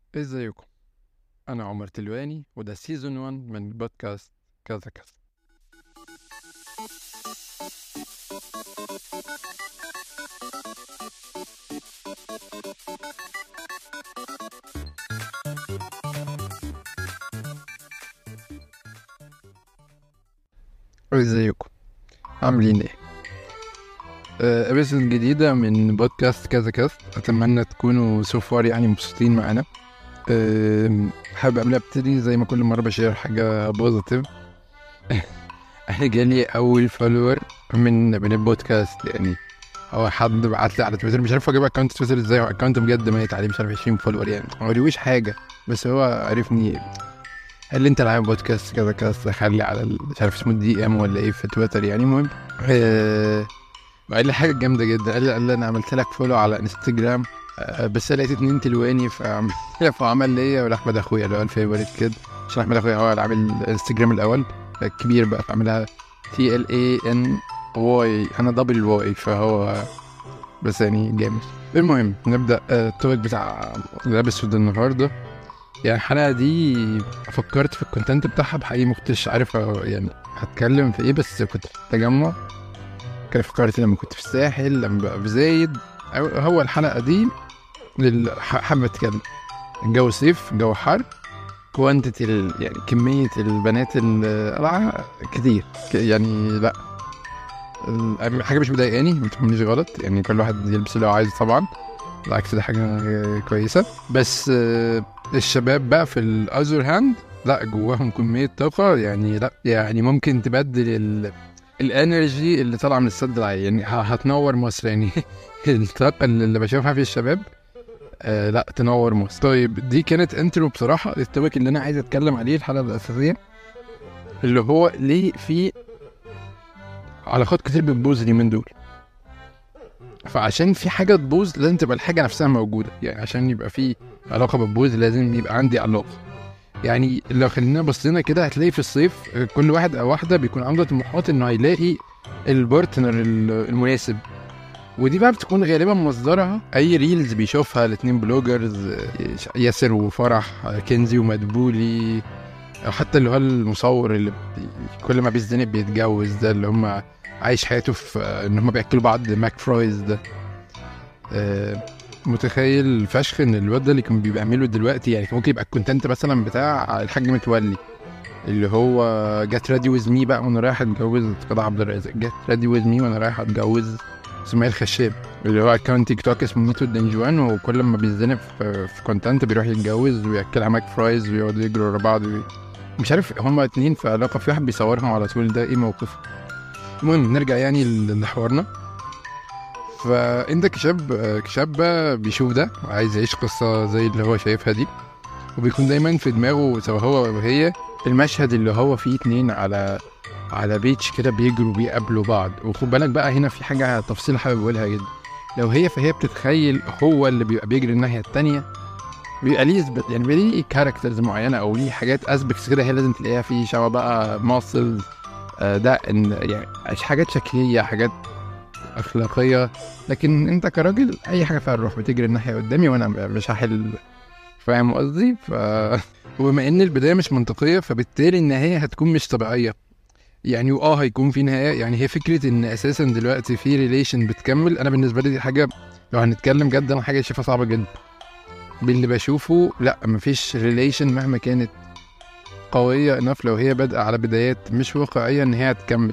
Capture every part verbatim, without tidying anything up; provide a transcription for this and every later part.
ازيكم؟ انا عمر تلواني وده سيزون واحد من بودكاست كذا كذا. ازيكم؟ عاملين ايه؟ آه، ابيسود جديدة من بودكاست كذا كذا. اتمنى تكونوا سوفار يعني مبسوطين معانا. آه، حابب قبل ابتدي زي ما كل مرة بشير حاجة بوزيتيف. احنا جالي اول فولور من من البودكاست يعني. هو حد بعت لي على تويتر، مش عارف اجيب اكونت تويتر ازاي، هو اكونت بجد ميت عليه مش عارف عشرين فولور يعني، ما وريوش حاجة بس هو عرفني. قال لي انت اللي عامل بودكاست كذا كذا، خلي على ال- مش عارف اسمه دي ام ولا ايه في تويتر يعني. المهم آه، وقال لي حاجه جامده جدا. قال لي قال لي انا عملت لك فولو على انستجرام، آه، بس لقيت اتنين تلواني فعمل فعمل ليا ولاحمد اخويا اللي هو الفيفوريت كده، عشان احمد اخويا هو اللي عامل انستجرام الاول الكبير بقى، فعملها تي ال اي ان واي، انا دبل واي، فهو بس يعني جامد. المهم نبدا آه، التوبيك بتاع الابيسود النهارده. يعني الحلقة دي فكرت في الكونتنت بتاعها بحقيقي، مكنتش عارف يعني هتكلم في ايه، بس كنت في التجمع كان فكرت لما كنت في الساحل لما بقى في زايد. أو- هو الحلقة دي لل- ح- حابة اتكلم الجو صيف، جو حر، كوانتيتي ال... يعني كمية البنات القلعة كتير ك- يعني لا ال- حاجة مش مضايقاني، ما تفهمنيش غلط يعني، كل واحد يلبس اللي هو عايزه طبعا، بالعكس ده حاجة كويسة. بس آه، الشباب بقى في الأذر هاند لا جواهم كمية طاقة يعني، لا يعني ممكن تبدل ال... الانرجي اللي طالعة من السد العالي يعني، ه- هتنور مصر يعني. الطاقة اللي بشوفها في الشباب آه لا تنور مصر. طيب دي كانت انترو بصراحة للتوبيك اللي أنا عايز أتكلم عليه الحلقة الأساسية، اللي هو ليه في علاقات كتير بتبوظ اليومين دول. فعشان في حاجة تبوظ لازم تبقى الحاجة نفسها موجودة يعني، عشان يبقى في علاقة بتبوظ لازم يبقى عندي علاقة. يعني لو خلينا بصينا كده هتلاقي في الصيف كل واحد او واحدة بيكون عنده طموحات انه هيلاقي البارتنر المناسب، ودي بقى بتكون غالبا مصدرها اي ريلز بيشوفها الاتنين بلوجرز، ياسر وفرح، كنزي ومدبولي، او حتى اللي هو المصور اللي بي- كل ما بيزدنق بيتجوز ده، اللي هم عايش حياته في ان هم بياكلوا بعض ماك فرايز ده. آه، متخيل فشخ ان الواد ده اللي كان بيعمله دلوقتي يعني، كان ممكن يبقى الكونتنت مثلا بتاع الحاج متولي اللي هو جت ريدي ويز مي بقى وانا رايح اتجوز قضاء عبد الرازق، جت ريدي ويز مي وانا رايح اتجوز سمية الخشاب، اللي هو اكونت تيك توك اسمه ميتو الدنجوان، وكل ما بيزنق في, في كونتنت بيروح يتجوز وياكلها ماك فرايز ويقعدوا يجروا ورا بعض وي... مش عارف هما اتنين في علاقه، في واحد بيصورهم على طول، ده ايه موقفه؟ المهم نرجع يعني لحوارنا. فانت كشاب كشاب بيشوف ده عايز يعيش قصة زي اللي هو شايفها دي، وبيكون دايما في دماغه سواء هو وهي المشهد اللي هو فيه اتنين على على بيتش كده بيجروا بيقابلوا بعض. وخد بالك بقى هنا في حاجة تفصيل حابب اقولها جدا، لو هي فهي بتتخيل هو اللي بيبقى بيجري الناحية التانية، بيبقى ليه يثبت يعني، بيبقى ليه كاركترز معينة او ليه حاجات اسبكتس كده هي لازم تلاقيها فيه، شبه بقى ماسلز، ده ان يعني حاجات شكلية، حاجات اخلاقيه. لكن انت كراجل اي حاجه فيها الروح بتجري الناحيه قدامي وانا مش هحل، فاهم قصدي؟ ف وبما ان البدايه مش منطقيه فبالتالي النهايه هتكون مش طبيعيه يعني، واه هيكون في نهايه يعني. هي فكره ان اساسا دلوقتي في ريليشن بتكمل، انا بالنسبه لي دي حاجه لو هنتكلم جد انا حاجه شايفها صعبه جدا. باللي بشوفه لا مفيش ريليشن مهما كانت قويه انف لو هي بادئه على بدايات مش واقعيه ان هي هتكمل.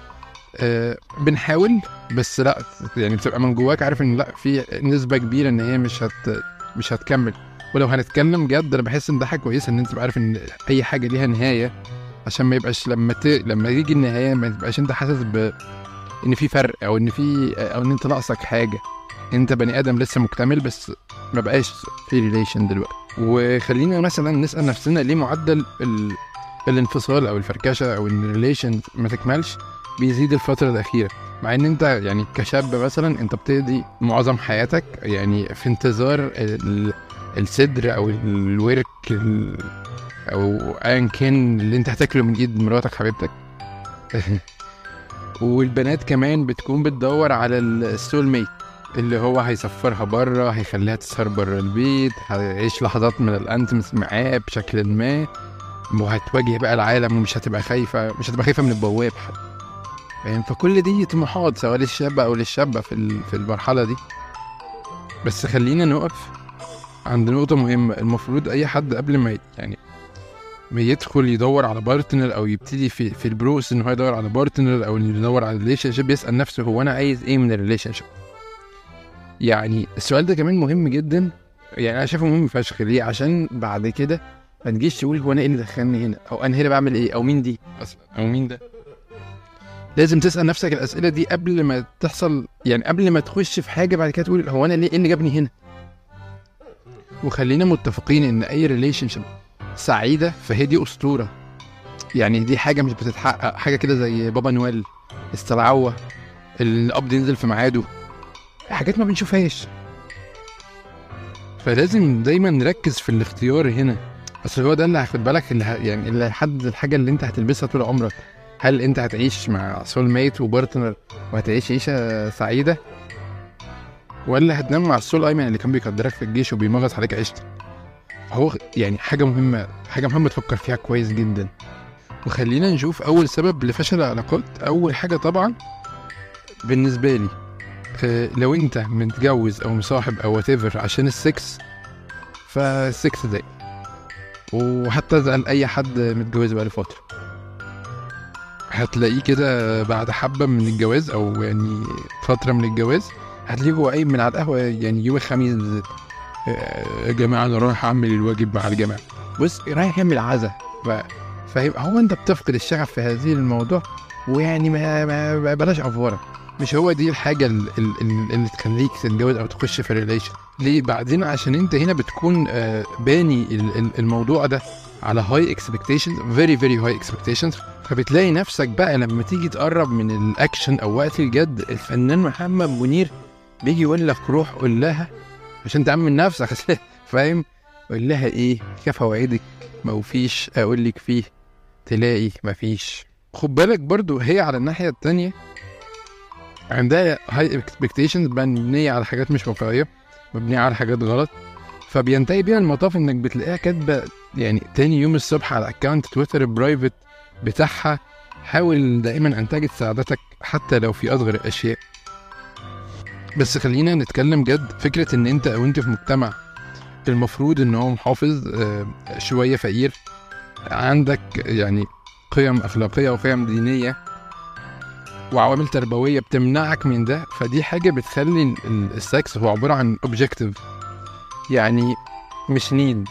آه بنحاول بس لا يعني بتبقى من جواك عارف ان لا في نسبة كبيرة ان هي مش هت مش هتكمل. ولو هنتكلم جد انا بحس ان ده حاجة كويسة ان انت تبقى عارف ان اي حاجة ليها نهاية، عشان ما يبقاش لما ت... لما يجي النهاية ما تبقاش انت حاسس ب ان في فرق او ان في او ان انت ناقصك حاجة. انت بني ادم لسه مكتمل بس ما بقاش في ريليشن دلوقتي. وخلينا مثلا نسأل نفسنا ليه معدل ال... الانفصال او الفركشة او ان الريليشن ما تكملش بيزيد الفترة الأخيرة، مع ان انت يعني كشاب مثلا انت بتقضي معظم حياتك يعني في انتظار ال- الصدر او الورك ال- او ايا كان اللي انت هتاكله من ايد مراتك حبيبتك. والبنات كمان بتكون بتدور على السول ميت، اللي هو هيسفرها بره، هيخليها تسهر بره البيت، هيعيش لحظات من الانتمس معاه بشكل ما، وهتواجه بقى العالم ومش هتبقى خايفة مش هتبقى خايفة من البواب حتى، فاهم؟ فكل دي طموحات سواء للشاب او للشابة في في المرحلة دي. بس خلينا نقف عند نقطة مهمة. المفروض اي حد قبل ما يعني ما يدخل يدور على بارتنر او يبتدي في في البروس ان هو يدور على بارتنر او يدور على ريليشن شيب، يسأل نفسه هو انا عايز ايه من الريليشن شيب. يعني السؤال ده كمان مهم جدا، يعني انا شايفه مهم فشخ. ليه؟ عشان بعد كده ما تجيش تقول هو انا ايه اللي دخلني هنا، او انا هنا بعمل ايه، او مين دي اصلا، او مين ده. لازم تسأل نفسك الاسئله دي قبل ما تحصل، يعني قبل ما تخش في حاجه بعد كده تقول هو انا ليه، ايه اللي جابني هنا. وخلينا متفقين ان اي ريليشن شيب سعيده فهي دي اسطوره، يعني دي حاجه مش بتتحقق، حاجه كده زي بابا نويل، استلعوه، القبض ينزل في ميعاده، حاجات ما بنشوفهاش. فلازم دايما نركز في الاختيار هنا، اصل هو ده اللي هاخد بالك، اللي ه... يعني اللي هيحدد الحاجه اللي انت هتلبسها طول عمرك. هل انت هتعيش مع سول ميت وبارتنر وهتعيش عيشه سعيده، ولا هتنام مع السول ايمن اللي كان بيقدرك في الجيش وبيمغص عليك عيشتك؟ هو يعني حاجه مهمه، حاجه مهمه تفكر فيها كويس جدا. وخلينا نشوف اول سبب لفشل العلاقات. اول حاجه طبعا بالنسبه لي، لو انت متجوز او مصاحب او whatever عشان السكس، فالسكس ده، وحتى اسأل اي حد متجوز بقاله فترة هتلاقيه كده بعد حبة من الجواز او يعني فترة من الجواز هتلاقيه هو قايم من على القهوة، يعني يوم الخميس بالذات، يا جماعة انا رايح اعمل الواجب مع الجماعة، بص رايح يعمل عزا، فاهم؟ هو انت بتفقد الشغف في هذه الموضوع، ويعني ما, ما بلاش افوره. مش هو دي الحاجة اللي, اللي تخليك تتجوز او تخش في ريليشن. ليه؟ بعدين عشان انت هنا بتكون باني الموضوع ده على هاي اكسبكتيشنز، فيري فيري هاي اكسبكتيشنز، فبتلاقي نفسك بقى لما تيجي تقرب من الاكشن او وقت الجد، الفنان محمد منير بيجي يقول لك روح قول لها عشان تعمل نفسك فاهم؟ قول لها ايه؟ كيف اوعدك ما وفيش، اقول لك فيه تلاقي ما فيش. خد بالك برضو هي على الناحية التانية عندها هاي اكسبكتيشنز مبنية على حاجات مش واقعية، مبنية على حاجات غلط، فبينتهي بيها المطاف انك بتلاقيها كاتبة يعني تاني يوم الصبح على اكاونت تويتر برايفت بتاعها حاول دائما ان تجد سعادتك حتى لو في اصغر الاشياء. بس خلينا نتكلم جد. فكرة ان انت او انت في مجتمع المفروض ان هو محافظ شوية فقير، عندك يعني قيم اخلاقية وقيم دينية وعوامل تربوية بتمنعك من ده، فدي حاجة بتخلي السكس هو عبارة عن اوبجكتيف، يعني مش نيد.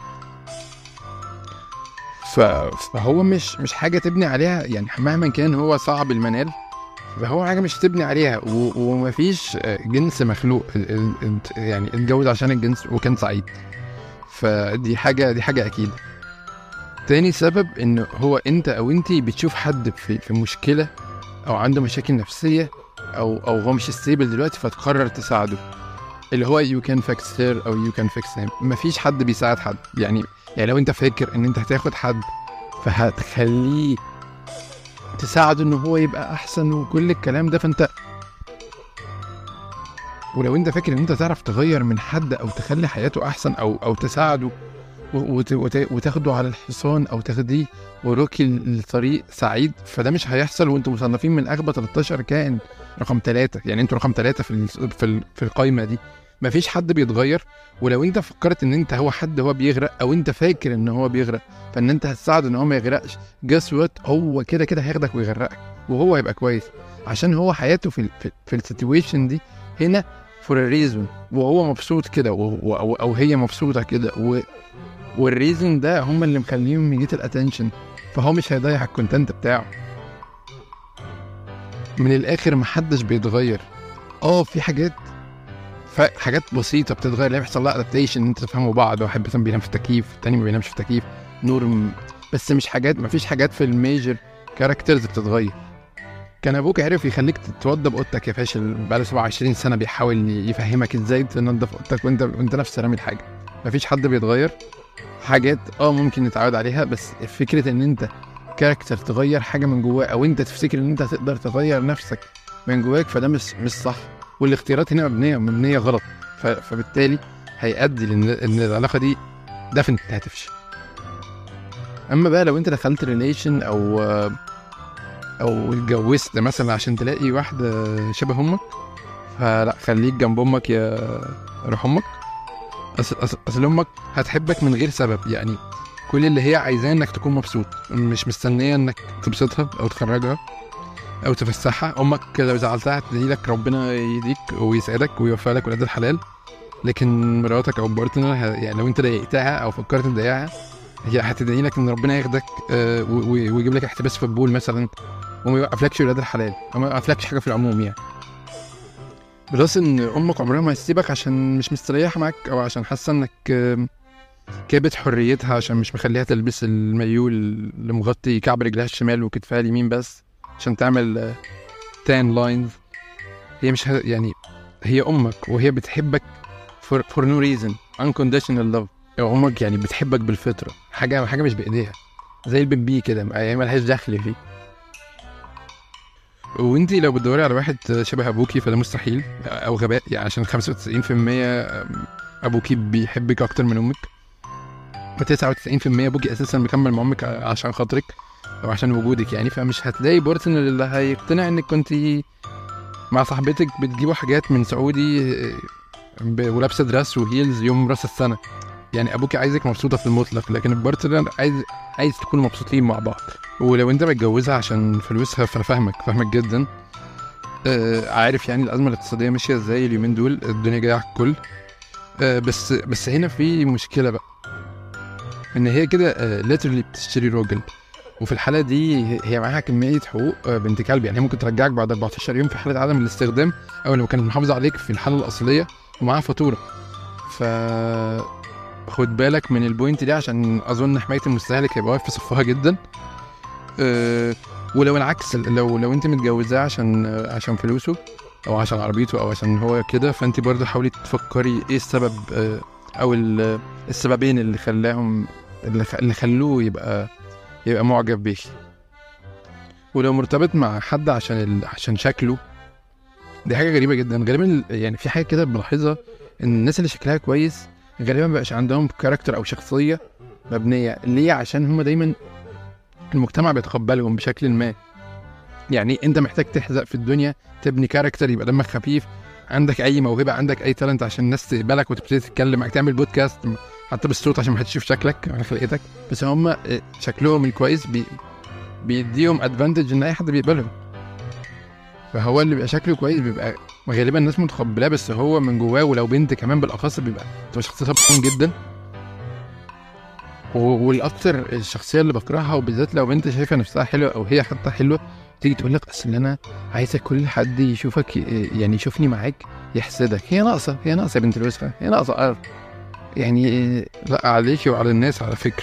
فهو مش مش حاجة تبني عليها، يعني مهما كان هو صعب المنال فهو حاجة مش تبني عليها. ومفيش جنس مخلوق يعني اتجوز عشان الجنس وكان سعيد، فدي حاجة دي حاجة أكيد. تاني سبب إنه هو أنت أو أنتي بتشوف حد في, في مشكلة أو عنده مشاكل نفسية أو أو هو مش ستيبل دلوقتي، فتقرر تساعده، اللي هو you can fix her أو you can fix him. مفيش حد بيساعد حد، يعني يعني لو أنت فاكر إن أنت هتاخد حد فهتخليه تساعده إنه هو يبقى أحسن وكل الكلام ده، فأنت ولو أنت فاكر إن أنت تعرف تغير من حد أو تخلي حياته أحسن أو أو تساعده وت... وت... وتاخده على الحصان أو تاخديه وروكي الطريق سعيد، فده مش هيحصل. وانتم مصنفين من أغبى تلتاشر كائن رقم ثلاثة، يعني انتوا رقم ثلاثة في ال... في, ال... في القائمة دي. مفيش حد بيتغير. ولو انت فكرت ان انت هو حد هو بيغرق او انت فاكر ان هو بيغرق فان انت هتساعده ان هو ما يغرقش، جس وات هو كده كده هياخدك ويغرقك وهو هيبقى كويس، عشان هو حياته في ال... في, في السيتويشن دي هنا for a reason، وهو مبسوط كده و... أو... او هي مبسوطة كده، و والريزن ده هم اللي مخليهم يجيت الاتنشن، فهو مش هيضيع الكونتنت بتاعه. من الاخر محدش بيتغير. اه في حاجات حاجات بسيطه بتتغير، اللي بيحصل لها ادابتيشن، انت تفهموا بعض، واحد مثلا بينام في التكييف التاني ما بينامش في التكييف، نور، بس مش حاجات، مفيش حاجات في الميجر كاركترز بتتغير. كان ابوك عرف يخليك تتوضى باوضتك يا فاشل بقاله سبعة وعشرين سنه بيحاول يفهمك ازاي تنظف اوضتك وانت وانت نفس رامي الحاجه. مفيش حد بيتغير. حاجات اه ممكن نتعود عليها، بس فكرة ان انت كاركتر تغير حاجة من جواك او انت تفتكر ان انت تقدر تغير نفسك من جواك، فده مش مش صح. والاختيارات هنا مبنيه مبنيه غلط، فبالتالي هيؤدي لان ان العلاقه دي دفنت هتفشل. اما بقى لو انت دخلت ريليشن او او اتجوزت مثلا عشان تلاقي واحده شبه امك، فلا، خليك جنب امك يا روح امك. اصل اصل امك هتحبك من غير سبب، يعني كل اللي هي عايزاه انك تكون مبسوط، مش مستنيه انك تبسطها او تخرجها او تفسحها. امك لو زعلتها هتدعي لك ربنا يهديك ويسعدك ويوفق لك ولاد الحلال، لكن مراتك او بارتنر يعني لو انت ضايقتها او فكرت تضايقها، هي هتدعي لك ان ربنا ياخدك آه ويجيب لك احتباس في البول مثلا، وما يوقفلكش ولاد الحلال، وما يوقفلكش حاجه في العموم يعني. بلس ان امك عمرها ما هتسيبك عشان مش مستريحه معاك، او عشان حاسه انك كابت حريتها، عشان مش مخليها تلبس المايو اللي مغطي كعب رجلها الشمال وكتفها اليمين بس عشان تعمل تان لاينز. هي مش ه... يعني هي امك وهي بتحبك for, for no reason unconditional love. يعني امك يعني بتحبك بالفطره، حاجه حاجه مش بايديها، زي البيبي كده، يعني ملهاش دخل فيه. وانتي لو بتدوري على واحد شبه ابوكي فده مستحيل او غباء، يعني عشان خمسة وتسعين في المية ابوكي بيحبك اكتر من امك، وتسعة وتسعين في المية ابوكي اساسا مكمل مع امك عشان خاطرك او عشان وجودك يعني. فمش هتلاقي بارتنر اللي هيقتنع انك كنتي مع صاحبتك بتجيبوا حاجات من سعودي ولابسه دراس وهيلز يوم راس السنه. يعني ابوكي عايزك مبسوطه في المطلق، لكن البارتنر عايز عايز تكونوا مبسوطين مع بعض. ولو انت متجوزها عشان فلوسها فانا فاهمك فاهمك جدا. آه عارف يعني الازمه الاقتصاديه ماشيه ازاي اليومين دول، الدنيا جايه على الكل. آه بس بس هنا في مشكله بقى، ان هي كده آه ليترلي بتشتري راجل، وفي الحاله دي هي معاها كميه حقوق آه بنت كلب، يعني ممكن ترجعك بعد أربعتاشر يوم في حاله عدم الاستخدام، او لو كانت محافظه عليك في الحاله الاصليه ومعاها فاتوره. ف خد بالك من البوينت دي، عشان اظن حمايه المستهلك هيبقى واقف في صفها جدا. أه ولو العكس، لو لو انت متجوزاه عشان عشان فلوسه او عشان عربيته او عشان هو كده، فانت برضه حاولي تفكري ايه السبب أه او السببين اللي خلاهم اللي خلوه يبقى يبقى معجب بيك. ولو مرتبط مع حد عشان ال... عشان شكله، دي حاجه غريبه جدا. غالبا يعني في حاجه كده بلاحظها، ان الناس اللي شكلها كويس غالبا مبقاش عندهم كاركتر او شخصيه مبنيه. ليه؟ عشان هم دايما المجتمع بيتقبلهم بشكل ما. يعني انت محتاج تحزق في الدنيا تبني كاركتر، يبقى دمك خفيف، عندك اي موهبه، عندك اي تالنت عشان الناس تقبلك وتبتدي تتكلم معاك، تعمل بودكاست حتى بالصوت عشان ما حدش يشوف شكلك على خلقتك. بس هم شكلهم الكويس بي... بيديهم ادفانتج ان اي حد بيقبلهم. فهو اللي بيبقى شكله كويس بيبقى غالبا الناس متقبلاه، بس هو من جواه، ولو بنت كمان بالاخص، بيبقى تبقى شخصيتها بتكون جدا. والاكتر الشخصيه اللي بكرهها، وبالذات لو بنت شايفه نفسها حلوه او هي حتى حلوه، تيجي تقول لك اصل انا عايزه كل حد يشوفك، يعني يشوفني معاك يحسدك. هي ناقصه هي ناقصه يا بنت الوسخه، هي ناقصه ارض يعني. لا عليكي وعلى الناس على فكره.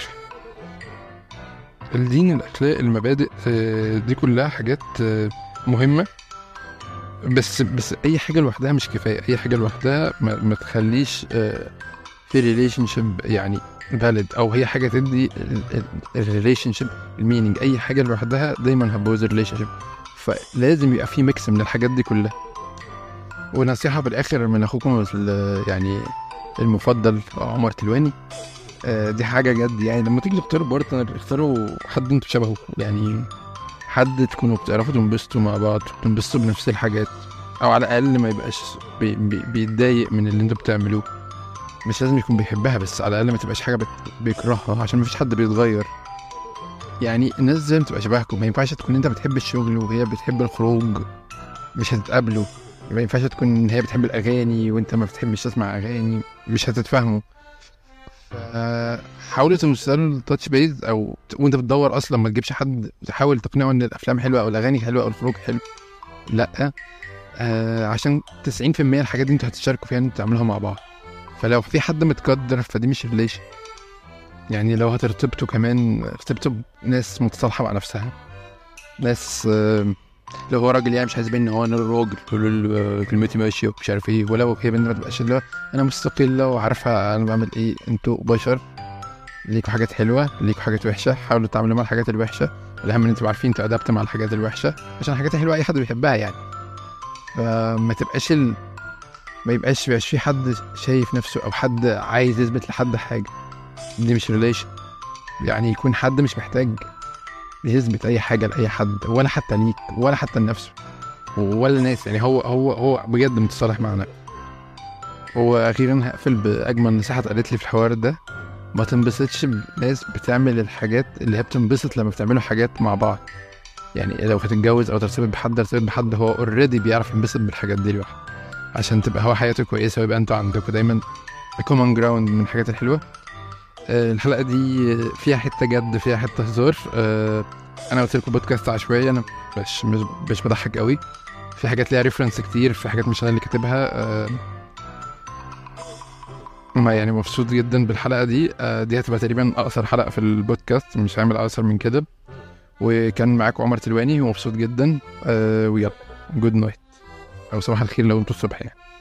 الدين، الاخلاق، المبادئ دي كلها حاجات مهمه، بس بس اي حاجه لوحدها مش كفايه. اي حاجه لوحدها ما, ما تخليش في ريليشن شيب يعني فاليد، او هي حاجه تدي الريليشن شيب المينينج. اي حاجه لوحدها دايما هتبوظ الريليشن شيب، فلازم يبقى في ميكس من الحاجات دي كلها. ونصيحه في الاخر من اخوكم يعني المفضل عمر تلواني، دي حاجه جد يعني، لما تيجي تختاروا بارتنر اختاروا حد انتوا شبهه، يعني حد تكونوا بتعرفوا تنبسطوا مع بعض، تنبسطوا بنفس الحاجات، او على الاقل ما يبقاش بي بي بيتضايق من اللي انتوا بتعملوه. مش لازم يكون بيحبها، بس على الاقل ما تبقاش حاجه بيكرهها، عشان ما فيش حد بيتغير. يعني الناس زي ما تبقى شبهكم. ما ينفعش تكون انت بتحب الشغل وهي بتحب الخروج، مش هتتقابلوا. ما ينفعش تكون هي بتحب الاغاني وانت ما بتحبش تسمع اغاني، مش هتتفاهموا. حاولوا توصلوا للتاتش بيز، او وانت بتدور اصلا ما تجيبش حد تحاول تقنعه ان الافلام حلوه او الاغاني حلوه او الخروج حلو. لا، آه عشان تسعين في المية الحاجات دي انتوا هتشاركوا فيها، انتوا تعملوها مع بعض. فلو في حد متقدر فدي مش ريليشن. يعني لو هترتبطوا كمان ارتبطوا بناس متصالحه مع نفسها، ناس آه لو هو راجل يعني مش عايز يبين ان هو انا الراجل كل كلمتي ماشيه ومش عارف ايه، ولو هي بنت ما تبقاش اللي انا مستقله وعارفه انا بعمل ايه. انتوا بشر، ليكوا حاجات حلوه ليكوا حاجات وحشه، حاولوا تعملوا مع الحاجات الوحشه. الاهم ان انتوا عارفين تأدبتوا مع الحاجات الوحشه، عشان الحاجات الحلوه اي حد بيحبها يعني. فما تبقاش ال... ما يبقاش بيبقاش في حد شايف نفسه او حد عايز يثبت لحد حاجه. دي مش ريليشن. يعني يكون حد مش محتاج يثبت اي حاجه لاي حد، ولا حتى ليك ولا حتى لنفسه ولا الناس. يعني هو هو هو بجد متصالح معنا. واخيرا هقفل باجمل نصيحه اتقالت لي في الحوار ده: ما تنبسطش بناس بتعمل الحاجات اللي هي بتنبسط لما بتعملوا حاجات مع بعض. يعني لو هتتجوز او ترتبط بحد ارتبط بحد هو اوريدي بيعرف ينبسط بالحاجات دي لوحده، عشان تبقى هو حياته كويسه ويبقى انتوا عندكم دايما كومن جراوند من الحاجات الحلوه. أه الحلقه دي فيها حته جد فيها حته هزار. أه انا قلت لكم بودكاست عشوائي، انا مش مش, مش بضحك قوي، في حاجات ليها ريفرنس كتير، في حاجات مش انا اللي كاتبها. أه ما يعني مبسوط جدا بالحلقه دي. أه دي هتبقى تقريبا اقصر حلقه في البودكاست، مش هعمل اقصر من كده. وكان معاكم عمر تلواني ومبسوط جدا. أه ويلا جود نايت او صباح الخير لو انتوا الصبح يعني.